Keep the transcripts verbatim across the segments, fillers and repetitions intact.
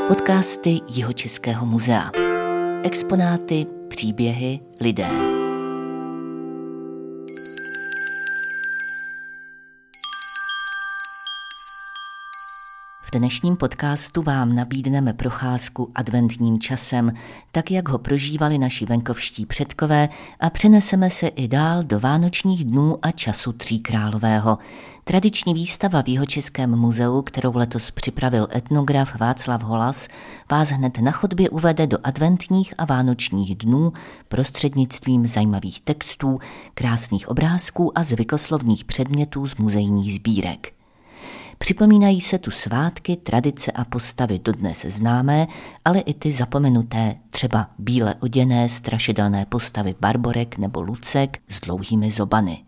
Podcasty Jihočeského muzea. Exponáty, příběhy, lidé. V dnešním podcastu vám nabídneme procházku adventním časem, tak jak ho prožívali naši venkovští předkové, a přeneseme se i dál do vánočních dnů a času Tříkrálového. Tradiční výstava v Jihočeském muzeu, kterou letos připravil etnograf Václav Holas, vás hned na chodbě uvede do adventních a vánočních dnů prostřednictvím zajímavých textů, krásných obrázků a zvykoslovných předmětů z muzejních sbírek. Připomínají se tu svátky, tradice a postavy dodnes známé, ale i ty zapomenuté, třeba bíle oděné strašidelné postavy barborek nebo lucek s dlouhými zobany.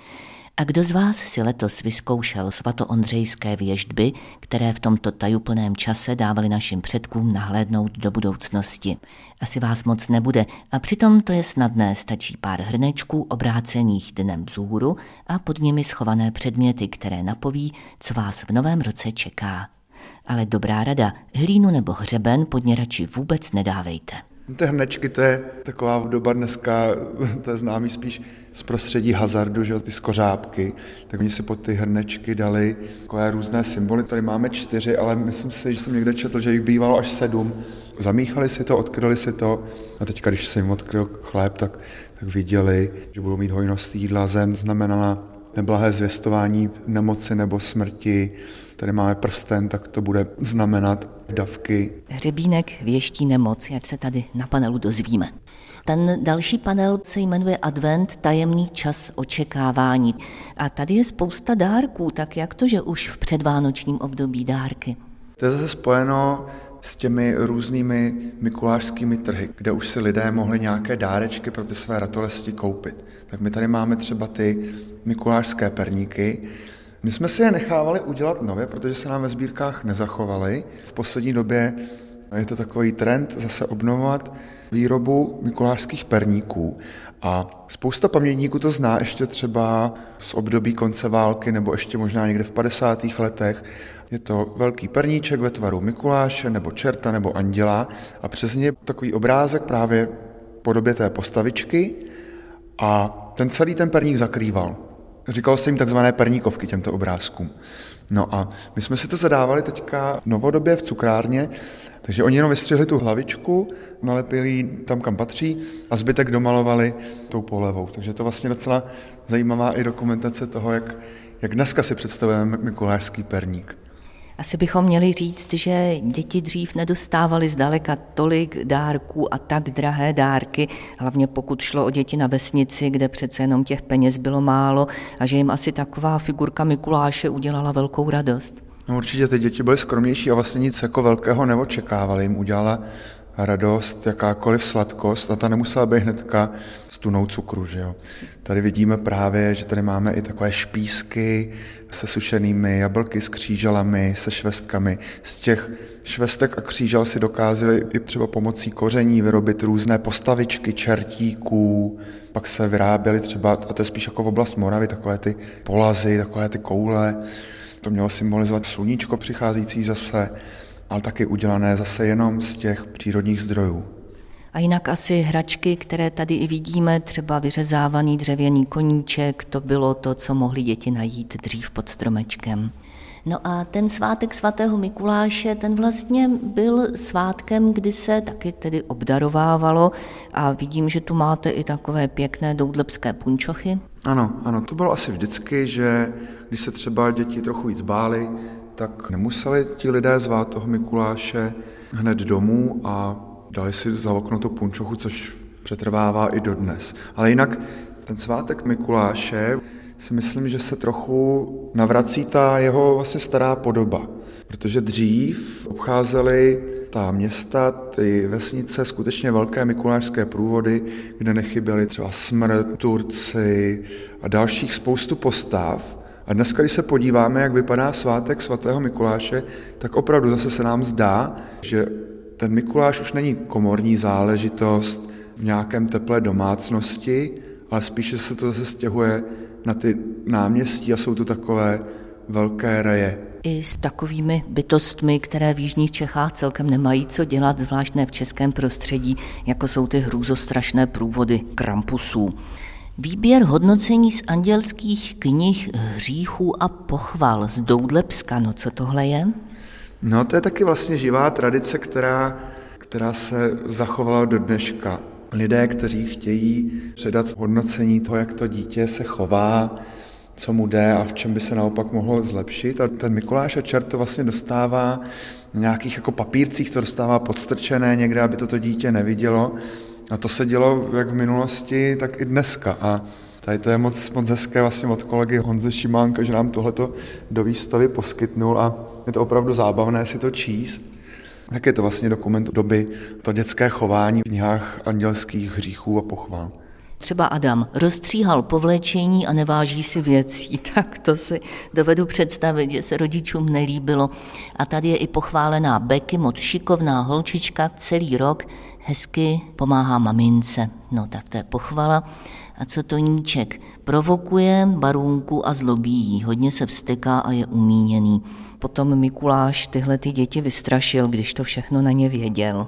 A kdo z vás si letos vyzkoušel svatoondřejské věštby, které v tomto tajuplném čase dávali našim předkům nahlédnout do budoucnosti? Asi vás moc nebude a přitom to je snadné, stačí pár hrnečků obrácených dnem vzhůru a pod nimi schované předměty, které napoví, co vás v novém roce čeká. Ale dobrá rada, hlínu nebo hřeben pod ně radši vůbec nedávejte. Ty hrnečky, to je taková doba dneska, to je známý spíš z prostředí hazardu, že ty skořápky, tak oni si pod ty hrnečky dali takové různé symboly. Tady máme čtyři, ale myslím si, že jsem někde četl, že jich bývalo až sedm. Zamíchali si to, odkryli si to a teďka, když se jim odkryl chléb, tak, tak viděli, že budou mít hojnost jídla. Zem znamenala neblahé zvěstování nemoci nebo smrti. Tady máme prsten, tak to bude znamenat davky. Hřebínek věští nemoc, jak se tady na panelu dozvíme. Ten další panel se jmenuje Advent, tajemný čas očekávání. A tady je spousta dárků, tak jak to, že už v předvánočním období dárky? To je zase spojeno s těmi různými mikulášskými trhy, kde už si lidé mohli nějaké dárečky pro ty své ratolesti koupit. Tak my tady máme třeba ty mikulášské perníky. My jsme si je nechávali udělat nově, protože se nám ve sbírkách nezachovaly. V poslední době je to takový trend zase obnovovat výrobu mikulášských perníků. A spousta pamětníků to zná ještě třeba z období konce války nebo ještě možná někde v padesátých letech. Je to velký perníček ve tvaru Mikuláše nebo čerta nebo anděla a přes ně takový obrázek právě v podobě té postavičky a ten celý ten perník zakrýval. Říkalo se jim takzvané perníkovky těmto obrázkům. No a my jsme si to zadávali teďka novodobě v cukrárně, takže oni jenom vystřihli tu hlavičku, nalepili ji tam, kam patří a zbytek domalovali tou polevou. Takže to vlastně docela zajímavá i dokumentace toho, jak, jak dneska si představujeme mikulášský perník. Asi bychom měli říct, že děti dřív nedostávaly zdaleka tolik dárků a tak drahé dárky, hlavně pokud šlo o děti na vesnici, kde přece jenom těch peněz bylo málo a že jim asi taková figurka Mikuláše udělala velkou radost. No určitě ty děti byly skromnější a vlastně nic jako velkého neočekávali. Jim udělala radost, jakákoliv sladkost a ta nemusela být hnedka s tunou cukru. Že jo? Tady vidíme právě, že tady máme i takové špísky se sušenými jablky, s kříželami, se švestkami. Z těch švestek a křížel si dokázali i třeba pomocí koření vyrobit různé postavičky čertíků, pak se vyráběly třeba, a to je spíš jako v oblast Moravy, takové ty polazy, takové ty koule. To mělo symbolizovat sluníčko přicházející zase, ale taky udělané zase jenom z těch přírodních zdrojů. A jinak asi hračky, které tady i vidíme, třeba vyřezávaný dřevěný koníček, to bylo to, co mohly děti najít dřív pod stromečkem. No a ten svátek svatého Mikuláše, ten vlastně byl svátkem, kdy se taky tedy obdarovávalo a vidím, že tu máte i takové pěkné doudlebské punčochy. Ano, ano, to bylo asi vždycky, že když se třeba děti trochu víc bály, tak nemuseli ti lidé zvát toho Mikuláše hned domů a dali si za okno tu punčochu, což přetrvává i dodnes. Ale jinak ten svátek Mikuláše si myslím, že se trochu navrací ta jeho vlastně stará podoba. Protože dřív obcházeli ta města, ty vesnice, skutečně velké mikulášské průvody, kde nechyběly třeba smrt, Turci a dalších spoustu postav. A dneska, když se podíváme, jak vypadá svátek svatého Mikuláše, tak opravdu zase se nám zdá, že ten Mikuláš už není komorní záležitost v nějakém teplé domácnosti, ale spíše se to zase stěhuje na ty náměstí a jsou to takové velké reje. i s takovými bytostmi, které v jižních Čechách celkem nemají co dělat, zvlášť ne v českém prostředí, jako jsou ty hrůzostrašné průvody Krampusů. Výběr hodnocení z andělských knih hříchů a pochval z Doudlebska, no co tohle je? No to je taky vlastně živá tradice, která, která se zachovala do dneška. Lidé, kteří chtějí předat hodnocení toho, jak to dítě se chová, co mu jde a v čem by se naopak mohlo zlepšit. A ten Mikuláš a čert to vlastně dostává na nějakých jako papírcích, to dostává podstrčené někde, aby to to dítě nevidělo. A to se dělo jak v minulosti, tak i dneska. A tady to je moc, moc hezké vlastně od kolegy Honze Šimánka, že nám tohleto do výstavy poskytnul a je to opravdu zábavné si to číst. Tak je to vlastně dokument doby, to dětské chování v knihách andělských hříchů a pochval. Třeba Adam rozstříhal povléčení a neváží si věcí, tak to si dovedu představit, že se rodičům nelíbilo. A tady je i pochválená Becky, moc šikovná holčička, celý rok hezky pomáhá mamince. No tak to je pochvala. A co Toníček? Provokuje Barunku a zlobí jí, hodně se vzteká a je umíněný. Potom Mikuláš tyhle ty děti vystrašil, když to všechno na ně věděl.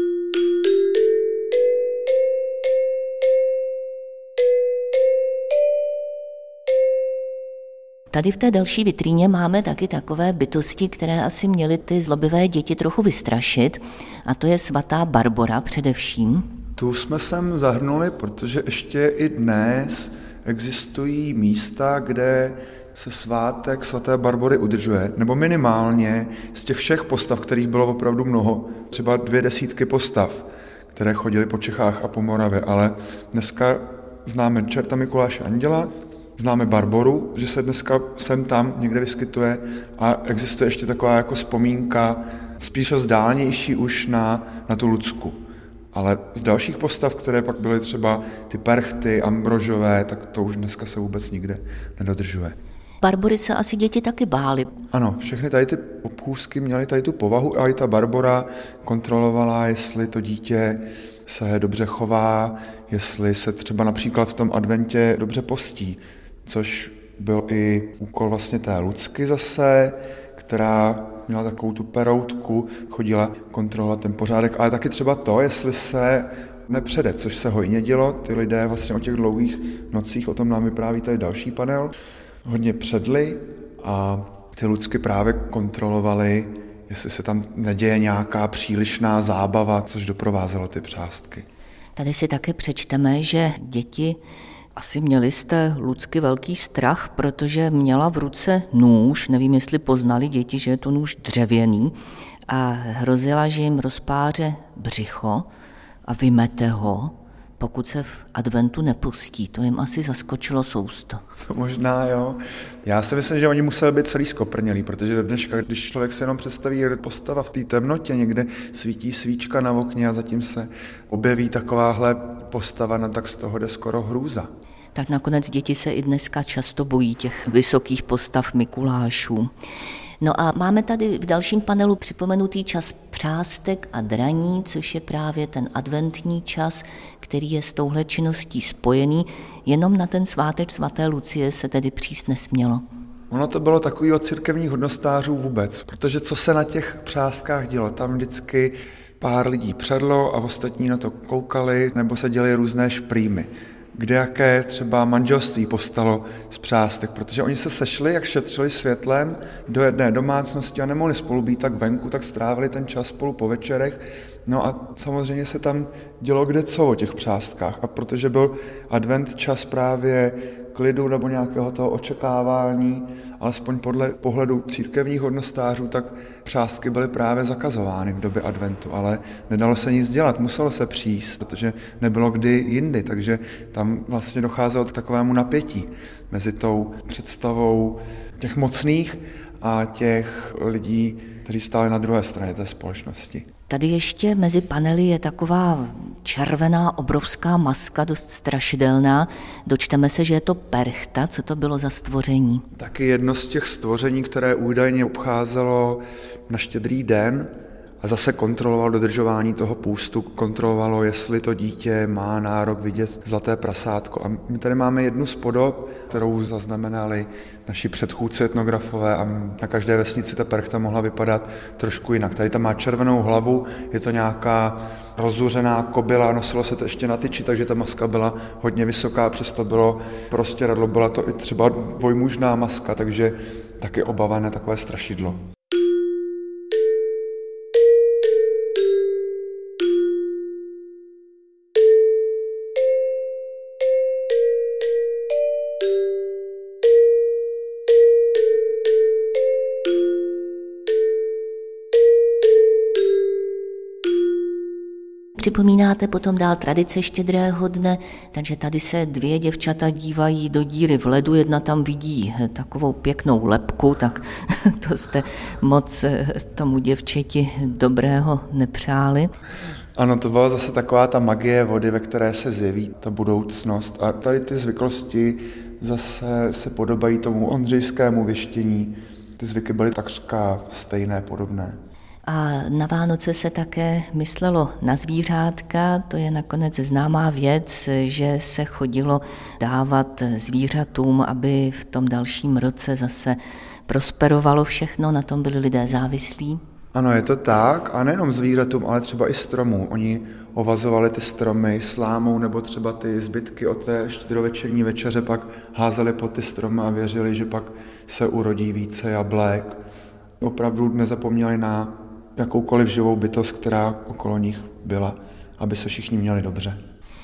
Tady v té další vitríně máme taky takové bytosti, které asi měly ty zlobivé děti trochu vystrašit, a to je svatá Barbora především. Tu jsme sem zahrnuli, protože ještě i dnes existují místa, kde se svátek svaté Barbory udržuje, nebo minimálně z těch všech postav, kterých bylo opravdu mnoho, třeba dvě desítky postav, které chodily po Čechách a po Moravě, ale dneska známe čerta Mikuláše Anděla, známe Barboru, že se dneska sem tam někde vyskytuje a existuje ještě taková jako vzpomínka, spíše vzdálenější už na, na tu Lucku. Ale z dalších postav, které pak byly třeba ty Perchty, Ambrožové, tak to už dneska se vůbec nikde nedodržuje. Barbory se asi děti taky bály. Ano, všechny tady ty obchůzky měly tady tu povahu a i ta Barbora kontrolovala, jestli to dítě se dobře chová, jestli se třeba například v tom adventě dobře postí, což byl i úkol vlastně té Lucky zase, která měla takovou tu peroutku, chodila kontrolovat ten pořádek, ale taky třeba to, jestli se nepřede, což se hojně dělo. Ty lidé vlastně o těch dlouhých nocích, o tom nám vypráví tady další panel, hodně předli a ty Lucky právě kontrolovali, jestli se tam neděje nějaká přílišná zábava, což doprovázelo ty přástky. Tady si také přečteme, že děti asi měli z té Lucky velký strach, protože měla v ruce nůž, nevím, jestli poznali děti, že je to nůž dřevěný, a hrozila, že jim rozpáře břicho a vymete ho, pokud se v adventu nepustí. To jim asi zaskočilo sousto. To možná, jo. Já si myslím, že oni museli být celý skoprnělí, protože do dneška, když člověk se jenom představí postava v té temnotě, někde svítí svíčka na okně a zatím se objeví takováhle postava, no tak z toho jde skoro hrůza. Tak nakonec děti se i dneska často bojí těch vysokých postav Mikulášů. No a máme tady v dalším panelu připomenutý čas přástek a draní, což je právě ten adventní čas, který je s touhle činností spojený. Jenom na ten svátek svaté Lucie se tedy příst nesmělo. Ono to bylo takový od církevních hodnostářů vůbec, protože co se na těch přástkách dělo, tam vždycky pár lidí předlo a ostatní na to koukali, nebo se děly různé šprýmy. Kdejaké třeba manželství povstalo z přástek, protože oni se sešli, jak šetřili světlem do jedné domácnosti a nemohli spolu být tak venku, tak strávili ten čas spolu po večerech. No a samozřejmě se tam dělo kde co o těch přástkách. A protože byl advent čas právě klidu nebo nějakého toho očekávání, alespoň podle pohledu církevních hodnostářů, tak přástky byly právě zakazovány v době adventu, ale nedalo se nic dělat, muselo se přijít, protože nebylo kdy jindy, takže tam vlastně docházelo k takovému napětí mezi tou představou těch mocných a těch lidí, kteří stáli na druhé straně té společnosti. Tady ještě mezi panely je taková červená obrovská maska, dost strašidelná. Dočteme se, že je to Perchta. Co to bylo za stvoření? Taky jedno z těch stvoření, které údajně obcházelo na Štědrý den a zase kontroloval dodržování toho půstu, kontrolovalo, jestli to dítě má nárok vidět zlaté prasátko. A my tady máme jednu z podob, kterou zaznamenali naši předchůdci etnografové, a na každé vesnici ta perchta mohla vypadat trošku jinak. Tady ta má červenou hlavu, je to nějaká rozzuřená kobyla, nosilo se to ještě na tyči, takže ta maska byla hodně vysoká, přesto bylo prostě radlo, byla to i třeba dvojmužná maska, takže taky obava na takové strašidlo. Připomínáte potom dál tradice Štědrého dne, takže tady se dvě děvčata dívají do díry v ledu, jedna tam vidí takovou pěknou lebku, tak to jste moc tomu děvčeti dobrého nepřáli. Ano, to byla zase taková ta magie vody, ve které se zjeví ta budoucnost. A tady ty zvyklosti zase se podobají tomu ondřejskému věštění. Ty zvyky byly takřka stejné, podobné. A na Vánoce se také myslelo na zvířátka, to je nakonec známá věc, že se chodilo dávat zvířatům, aby v tom dalším roce zase prosperovalo všechno, na tom byli lidé závislí. Ano, je to tak, a nejenom zvířatům, ale třeba i stromům. Oni ovazovali ty stromy slámou, nebo třeba ty zbytky od té štědrovečerní večeře pak házeli pod ty stromy a věřili, že pak se urodí více jablek. Opravdu nezapomněli na jakoukoliv živou bytost, která okolo nich byla, aby se všichni měli dobře.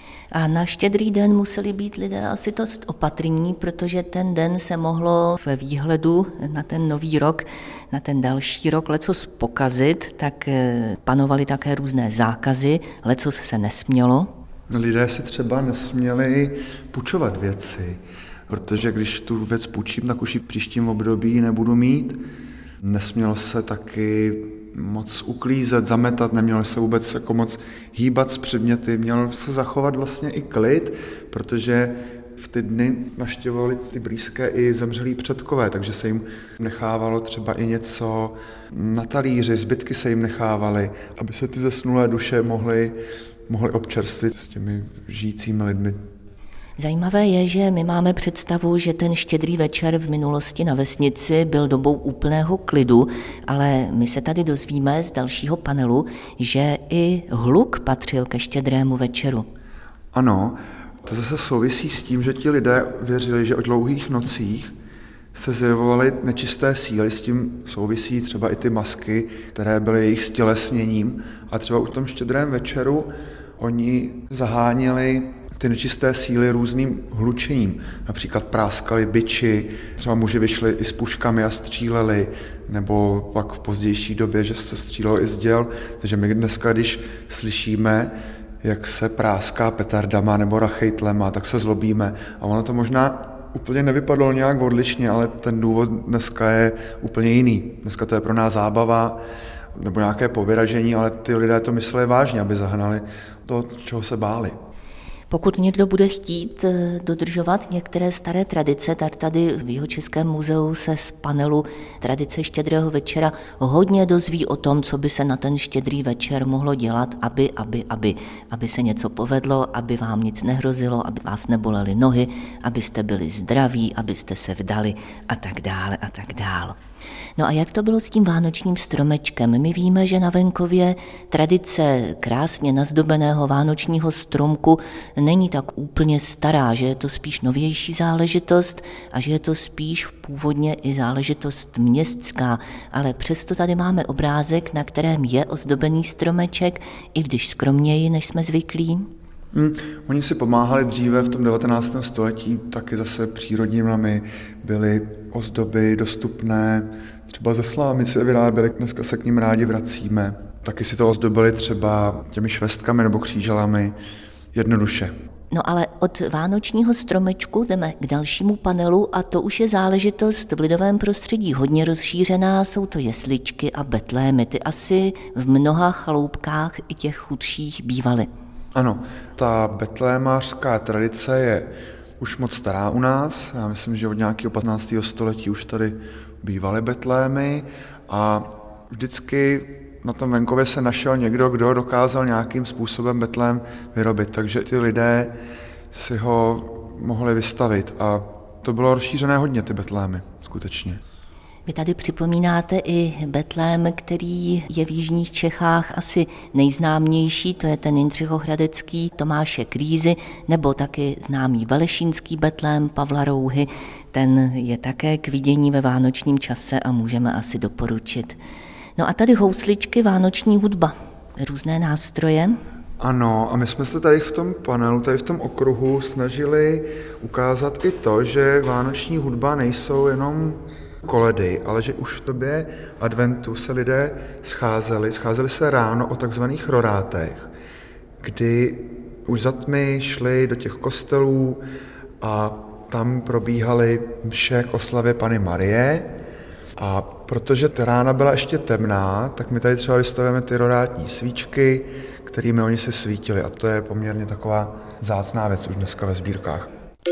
A na Štědrý den museli být lidé asi dost opatrní, protože ten den se mohlo ve výhledu na ten nový rok, na ten další rok lecos pokazit, tak panovaly také různé zákazy, lecos se nesmělo. Lidé si třeba nesměli půjčovat věci, protože když tu věc půjčím, tak už ji v příštím období nebudu mít. Nesmělo se taky moc uklízet, zametat, nemělo se vůbec jako moc hýbat s předměty, mělo se zachovat vlastně i klid, protože v ty dny navštěvovali ty blízké i zemřelí předkové, takže se jim nechávalo třeba i něco na talíři, zbytky se jim nechávaly, aby se ty zesnulé duše mohly, mohly občerstvit s těmi žijícími lidmi. Zajímavé je, že my máme představu, že ten Štědrý večer v minulosti na vesnici byl dobou úplného klidu, ale my se tady dozvíme z dalšího panelu, že i hluk patřil ke Štědrému večeru. Ano, to zase souvisí s tím, že ti lidé věřili, že o dlouhých nocích se zjevovaly nečisté síly, s tím souvisí třeba i ty masky, které byly jejich stělesněním, a třeba už v tom Štědrém večeru oni zaháněli ty nečisté síly různým hlučením. Například práskali biči, třeba muži vyšli i s puškami a stříleli, nebo pak v pozdější době, že se střílelo i z děl. Takže my dneska, když slyšíme, jak se práská petardama nebo rachejtlema, tak se zlobíme. A ono to možná úplně nevypadalo nějak odlišně, ale ten důvod dneska je úplně jiný. Dneska to je pro nás zábava nebo nějaké povyražení, ale ty lidé to mysleli vážně, aby zahnali to, čeho se báli. Pokud někdo bude chtít dodržovat některé staré tradice, tak tady v Jihočeském muzeu se z panelu tradice Štědrého večera hodně dozví o tom, co by se na ten Štědrý večer mohlo dělat, aby, aby, aby, aby se něco povedlo, aby vám nic nehrozilo, aby vás nebolely nohy, abyste byli zdraví, abyste se vdali a tak dále a tak dále. No a jak to bylo s tím vánočním stromečkem? My víme, že na venkově tradice krásně nazdobeného vánočního stromku není tak úplně stará, že je to spíš novější záležitost a že je to spíš v původně i záležitost městská, ale přesto tady máme obrázek, na kterém je ozdobený stromeček, i když skromněji, než jsme zvyklí. Hmm, oni si pomáhali dříve v tom devatenáctém století, taky zase přírodními, byly ozdoby dostupné, třeba ze slámy se vyráběly, dneska se k ním rádi vracíme. Taky si to ozdobili třeba těmi švestkami nebo kříželami, jednoduše. No ale od vánočního stromečku jdeme k dalšímu panelu a to už je záležitost v lidovém prostředí hodně rozšířená, jsou to jesličky a betlémy, ty asi v mnoha chaloupkách i těch chudších bývaly. Ano, ta betlémářská tradice je už moc stará u nás. Já myslím, že od nějakého patnáctého století už tady bývaly betlémy a vždycky na tom venkově se našel někdo, kdo dokázal nějakým způsobem betlém vyrobit, takže ty lidé si ho mohli vystavit a to bylo rozšířené hodně, ty betlémy, skutečně. Vy tady připomínáte i betlém, který je v jižních Čechách asi nejznámější, to je ten jindřichohradecký Tomáše Krýzy, nebo taky známý velešínský betlém Pavla Rouhy, ten je také k vidění ve vánočním čase a můžeme asi doporučit. No a tady housličky, vánoční hudba, různé nástroje. Ano, a my jsme se tady v tom panelu, tady v tom okruhu snažili ukázat i to, že vánoční hudba nejsou jenom koledy, ale že už v době adventu se lidé scházeli, scházeli se ráno o takzvaných rorátech, kdy už za tmy šli do těch kostelů a tam probíhaly mše k oslavě Panny Marie. A protože ta rána byla ještě temná, tak my tady třeba vystavujeme ty rorátní svíčky, kterými oni se svítili. A to je poměrně taková vzácná věc už dneska ve sbírkách.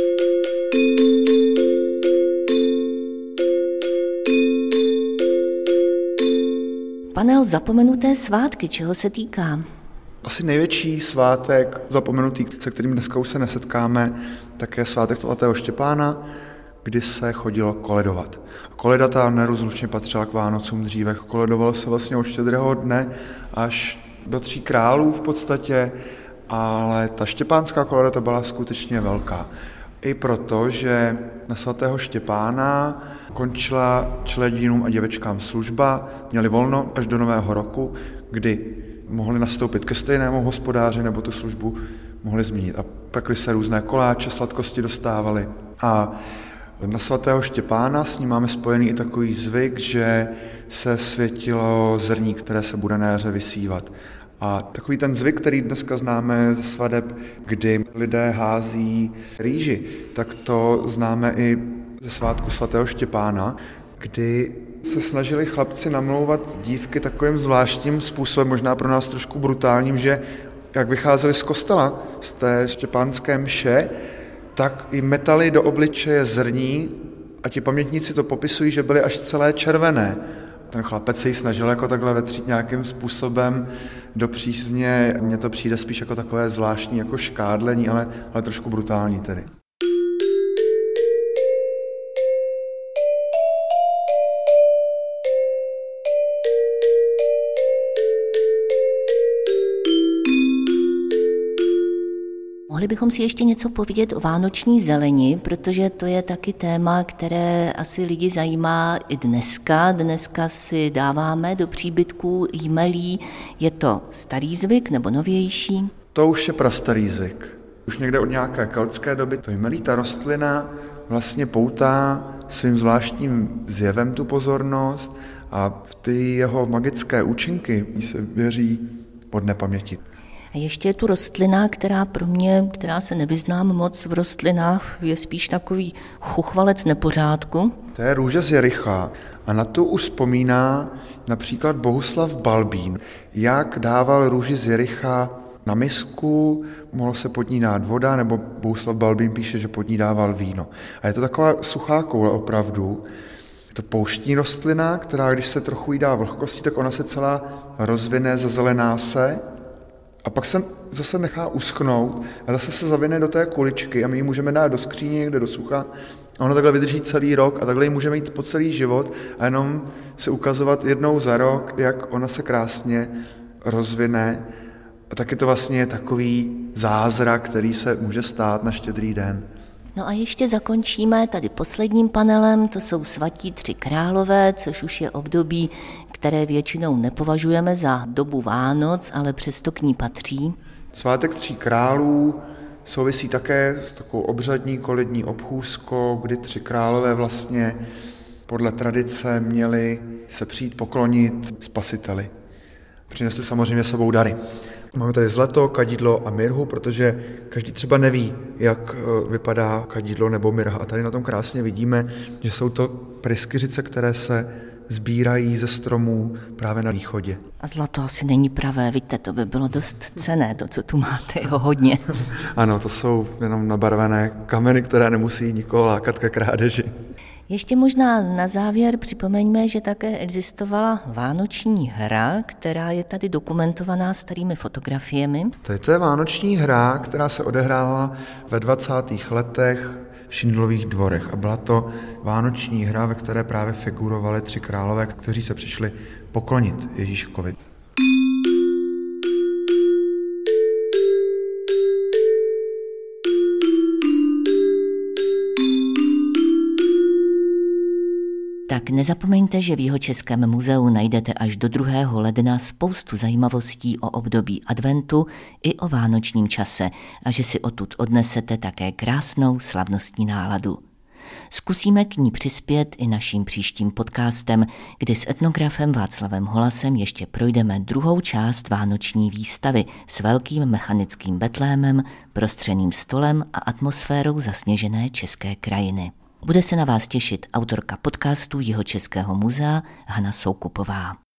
Panel Zapomenuté svátky, čeho se týká? Asi největší svátek zapomenutý, se kterým dneska už se nesetkáme, tak je svátek svatého Štěpána, kdy se chodilo koledovat. Koleda ta nerozlučně patřila k Vánocům dříve. Koledovalo se vlastně od Štědrého dne až do Tří králů v podstatě, ale ta štěpánská koleda ta byla skutečně velká. I proto, že na svatého Štěpána končila čeledínům a děvečkám služba, měli volno až do Nového roku, kdy mohli nastoupit ke stejnému hospodáři nebo tu službu mohli změnit. A pekli se různé koláče, sladkosti dostávali. A na svatého Štěpána s ním máme spojený i takový zvyk, že se světilo zrní, které se bude na jaře vysívat. A takový ten zvyk, který dneska známe ze svadeb, kdy lidé hází rýži, tak to známe i ze svátku svatého Štěpána, kdy se snažili chlapci namlouvat dívky takovým zvláštním způsobem, možná pro nás trošku brutálním, že jak vycházeli z kostela, z té štěpánské mše, tak i metali do obličeje zrní a ti pamětníci to popisují, že byly až celé červené. Ten chlapec se jí snažil jako takhle vetřít nějakým způsobem do přízně. Mně to přijde spíš jako takové zvláštní jako škádlení, ale, ale trošku brutální tedy. Mohli bychom si ještě něco povědět o vánoční zeleni, protože to je taky téma, které asi lidi zajímá i dneska. Dneska si dáváme do příbytků jmelí. Je to starý zvyk nebo novější? To už je prastarý zvyk. Už někde od nějaké keltské doby to jmelí, ta rostlina vlastně poutá svým zvláštním zjevem tu pozornost a v ty jeho magické účinky se věří od nepaměti. A ještě je tu rostlina, která pro mě, která se nevyznám moc v rostlinách, je spíš takový chuchvalec nepořádku. To je růže z Jericha a na tu už vzpomíná například Bohuslav Balbín, jak dával růži z Jericha na misku, mohlo se pod ní dát voda, nebo Bohuslav Balbín píše, že pod ní dával víno. A je to taková suchá koule opravdu. Je to pouštní rostlina, která když se trochu jí dá vlhkosti, tak ona se celá rozvine, zazelená se, a pak se zase nechá uschnout a zase se zavine do té kuličky a my ji můžeme dát do skříně někde do sucha a ono takhle vydrží celý rok a takhle ji můžeme jít po celý život a jenom se ukazovat jednou za rok, jak ona se krásně rozvine. A taky to vlastně je takový zázrak, který se může stát na Štědrý den. No a ještě zakončíme tady posledním panelem, to jsou svatí tři králové, což už je období, které většinou nepovažujeme za dobu Vánoc, ale přesto k ní patří. Svátek tří králů souvisí také s takovou obřadní kolední obchůzkou, kdy tři králové vlastně podle tradice měli se přijít poklonit spasiteli. Přinesli samozřejmě sebou dary. Máme tady zlato, kadidlo a mirhu, protože každý třeba neví, jak vypadá kadidlo nebo mirha. A tady na tom krásně vidíme, že jsou to pryskyřice, které se sbírají ze stromů právě na východě. A zlato asi není pravé, vidíte, to by bylo dost cenné, to, co tu máte, jo, hodně. Ano, to jsou jenom nabarvené kameny, které nemusí nikoho lákat ke krádeži. Ještě možná na závěr připomeňme, že také existovala vánoční hra, která je tady dokumentovaná starými fotografiemi. Tady to je vánoční hra, která se odehrála ve dvacátých letech v Šindlových dvorech a byla to vánoční hra, ve které právě figurovali tři králové, kteří se přišli poklonit Ježíškovi. Tak nezapomeňte, že v Jihočeském muzeu najdete až do druhého ledna spoustu zajímavostí o období adventu i o vánočním čase a že si odtud odnesete také krásnou slavnostní náladu. Zkusíme k ní přispět i naším příštím podcastem, kdy s etnografem Václavem Holasem ještě projdeme druhou část vánoční výstavy s velkým mechanickým betlémem, prostřeným stolem a atmosférou zasněžené české krajiny. Bude se na vás těšit autorka podcastu Jihočeského muzea Hana Soukupová.